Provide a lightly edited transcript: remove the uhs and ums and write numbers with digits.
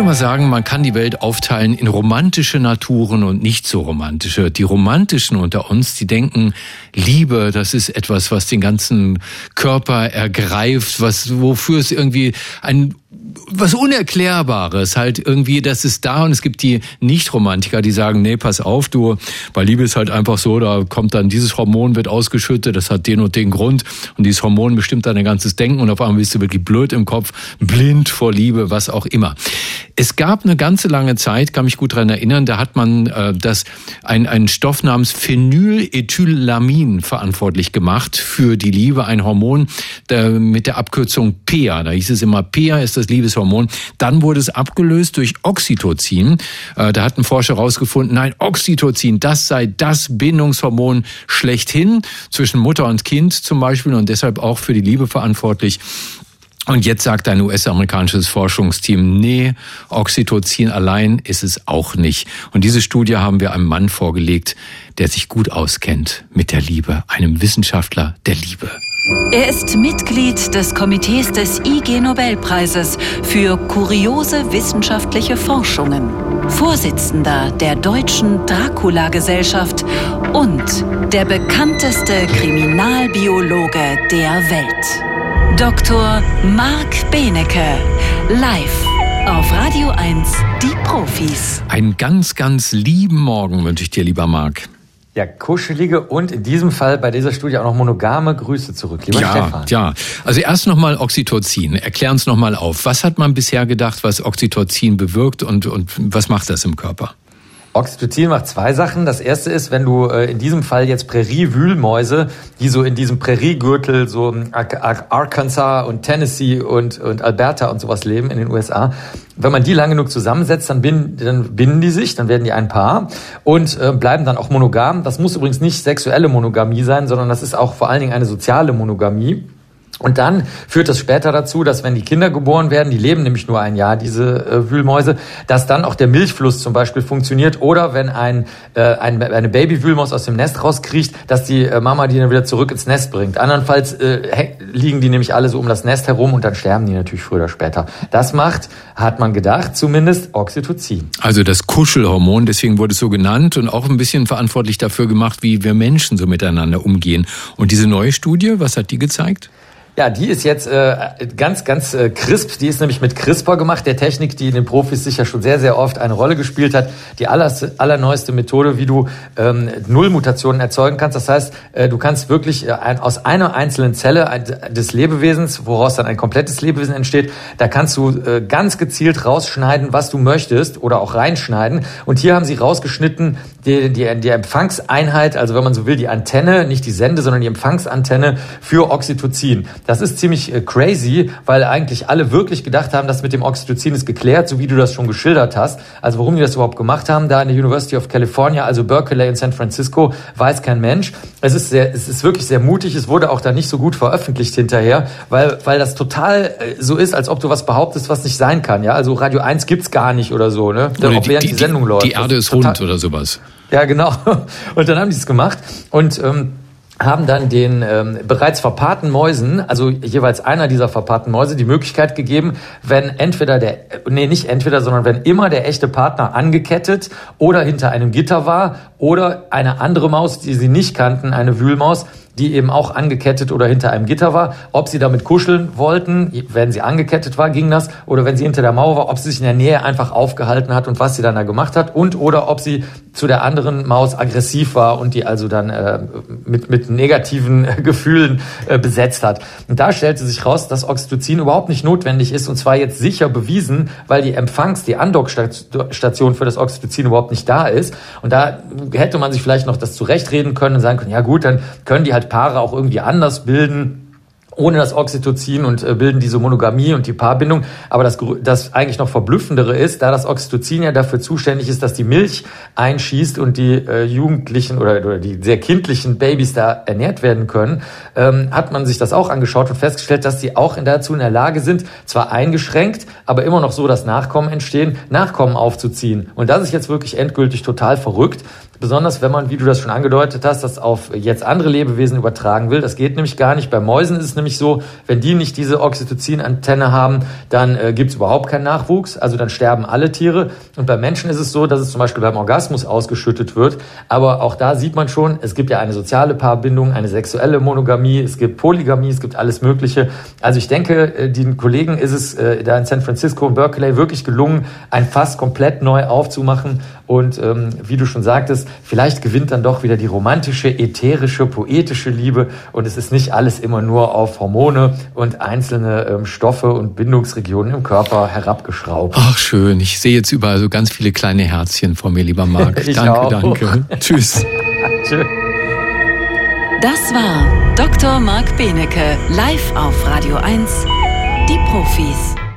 mal sagen, man kann die Welt aufteilen in romantische Naturen und nicht so romantische. Die Romantischen unter uns, die denken, Liebe, das ist etwas, was den ganzen Körper ergreift, wofür es irgendwie was Unerklärbares, halt irgendwie, das ist da. Und es gibt die Nicht-Romantiker, die sagen, nee, pass auf, du, bei Liebe ist halt einfach so, da kommt dann dieses Hormon, wird ausgeschüttet, das hat den und den Grund und dieses Hormon bestimmt dein ganzes Denken und auf einmal bist du wirklich blöd im Kopf, blind vor Liebe, was auch immer. Es gab eine ganze lange Zeit, kann mich gut daran erinnern, da hat man einen Stoff namens Phenylethylamin verantwortlich gemacht für die Liebe, ein Hormon mit der Abkürzung PEA. Da hieß es immer, PEA ist das Liebeshormon. Dann wurde es abgelöst durch Oxytocin. Da hat ein Forscher herausgefunden, nein, Oxytocin, das sei das Bindungshormon schlechthin zwischen Mutter und Kind zum Beispiel und deshalb auch für die Liebe verantwortlich. Und jetzt sagt ein US-amerikanisches Forschungsteam, nee, Oxytocin allein ist es auch nicht. Und diese Studie haben wir einem Mann vorgelegt, der sich gut auskennt mit der Liebe, einem Wissenschaftler der Liebe. Er ist Mitglied des Komitees des IG-Nobelpreises für kuriose wissenschaftliche Forschungen, Vorsitzender der Deutschen Dracula-Gesellschaft und der bekannteste Kriminalbiologe der Welt. Dr. Marc Benecke, live auf Radio 1, die Profis. Einen ganz, ganz lieben Morgen wünsche ich dir, lieber Marc. Ja, kuschelige und in diesem Fall bei dieser Studie auch noch monogame Grüße zurück, lieber Stefan. Ja, also erst nochmal Oxytocin. Erklär uns nochmal auf. Was hat man bisher gedacht, was Oxytocin bewirkt und was macht das im Körper? Oxytocin macht zwei Sachen. Das erste ist, wenn du in diesem Fall jetzt Prärie-Wühlmäuse, die so in diesem Präriegürtel, so Arkansas und Tennessee und Alberta und sowas leben in den USA, wenn man die lang genug zusammensetzt, dann binden die sich, dann werden die ein Paar und bleiben dann auch monogam. Das muss übrigens nicht sexuelle Monogamie sein, sondern das ist auch vor allen Dingen eine soziale Monogamie. Und dann führt das später dazu, dass wenn die Kinder geboren werden, die leben nämlich nur ein Jahr, diese Wühlmäuse, dass dann auch der Milchfluss zum Beispiel funktioniert oder wenn eine Babywühlmaus aus dem Nest rauskriecht, dass die Mama die dann wieder zurück ins Nest bringt. Andernfalls liegen die nämlich alle so um das Nest herum und dann sterben die natürlich früher oder später. Das macht, hat man gedacht, zumindest Oxytocin. Also das Kuschelhormon, deswegen wurde es so genannt und auch ein bisschen verantwortlich dafür gemacht, wie wir Menschen so miteinander umgehen. Und diese neue Studie, was hat die gezeigt? Ja, die ist jetzt ganz crisp. Die ist nämlich mit CRISPR gemacht, der Technik, die in den Profis sicher schon sehr, sehr oft eine Rolle gespielt hat. Die allerneueste Methode, wie du Nullmutationen erzeugen kannst. Das heißt, du kannst wirklich aus einer einzelnen Zelle des Lebewesens, woraus dann ein komplettes Lebewesen entsteht, da kannst du ganz gezielt rausschneiden, was du möchtest oder auch reinschneiden. Und hier haben sie rausgeschnitten die Empfangseinheit, also wenn man so will, die Antenne, nicht die Sende, sondern die Empfangsantenne für Oxytocin. Das ist ziemlich crazy, weil eigentlich alle wirklich gedacht haben, dass mit dem Oxytocin ist geklärt, so wie du das schon geschildert hast. Also warum die das überhaupt gemacht haben, da in der University of California, also Berkeley in San Francisco, weiß kein Mensch. Es ist wirklich sehr mutig. Es wurde auch da nicht so gut veröffentlicht hinterher, weil das total so ist, als ob du was behauptest, was nicht sein kann. Ja, also Radio 1 gibt's gar nicht oder so, ne? Oder auch während die Sendung läuft. Die Erde ist rund oder sowas. Ja, genau. Und dann haben die es gemacht und haben dann den bereits verpaarten Mäusen, also jeweils einer dieser verpaarten Mäuse, die Möglichkeit gegeben, wenn wenn immer der echte Partner angekettet oder hinter einem Gitter war oder eine andere Maus, die sie nicht kannten, eine Wühlmaus, die eben auch angekettet oder hinter einem Gitter war, ob sie damit kuscheln wollten, wenn sie angekettet war, ging das, oder wenn sie hinter der Mauer war, ob sie sich in der Nähe einfach aufgehalten hat und was sie dann da gemacht hat und oder ob sie zu der anderen Maus aggressiv war und die also dann mit negativen Gefühlen besetzt hat. Und da stellte sich raus, dass Oxytocin überhaupt nicht notwendig ist und zwar jetzt sicher bewiesen, weil die Andockstation für das Oxytocin überhaupt nicht da ist. Und da hätte man sich vielleicht noch das zurechtreden können und sagen können, ja gut, dann können die halt Paare auch irgendwie anders bilden, ohne das Oxytocin und bilden diese Monogamie und die Paarbindung. Aber das eigentlich noch verblüffendere ist, da das Oxytocin ja dafür zuständig ist, dass die Milch einschießt und die Jugendlichen oder die sehr kindlichen Babys da ernährt werden können, hat man sich das auch angeschaut und festgestellt, dass die auch dazu in der Lage sind, zwar eingeschränkt, aber immer noch so, dass Nachkommen entstehen, Nachkommen aufzuziehen. Und das ist jetzt wirklich endgültig total verrückt. besonders wenn man, wie du das schon angedeutet hast, das auf jetzt andere Lebewesen übertragen will. Das geht nämlich gar nicht. Bei Mäusen ist es nämlich so, wenn die nicht diese Oxytocin-Antenne haben, dann gibt es überhaupt keinen Nachwuchs, also dann sterben alle Tiere. Und bei Menschen ist es so, dass es zum Beispiel beim Orgasmus ausgeschüttet wird. Aber auch da sieht man schon, es gibt ja eine soziale Paarbindung, eine sexuelle Monogamie, es gibt Polygamie, es gibt alles Mögliche. Also ich denke, den Kollegen ist es da in San Francisco und Berkeley wirklich gelungen, ein Fass komplett neu aufzumachen. Und wie du schon sagtest, vielleicht gewinnt dann doch wieder die romantische, ätherische, poetische Liebe. Und es ist nicht alles immer nur auf Hormone und einzelne Stoffe und Bindungsregionen im Körper herabgeschraubt. Ach schön, ich sehe jetzt überall so ganz viele kleine Herzchen vor mir, lieber Marc. Danke. Tschüss. Tschüss. Das war Dr. Marc Benecke, live auf Radio 1, die Profis.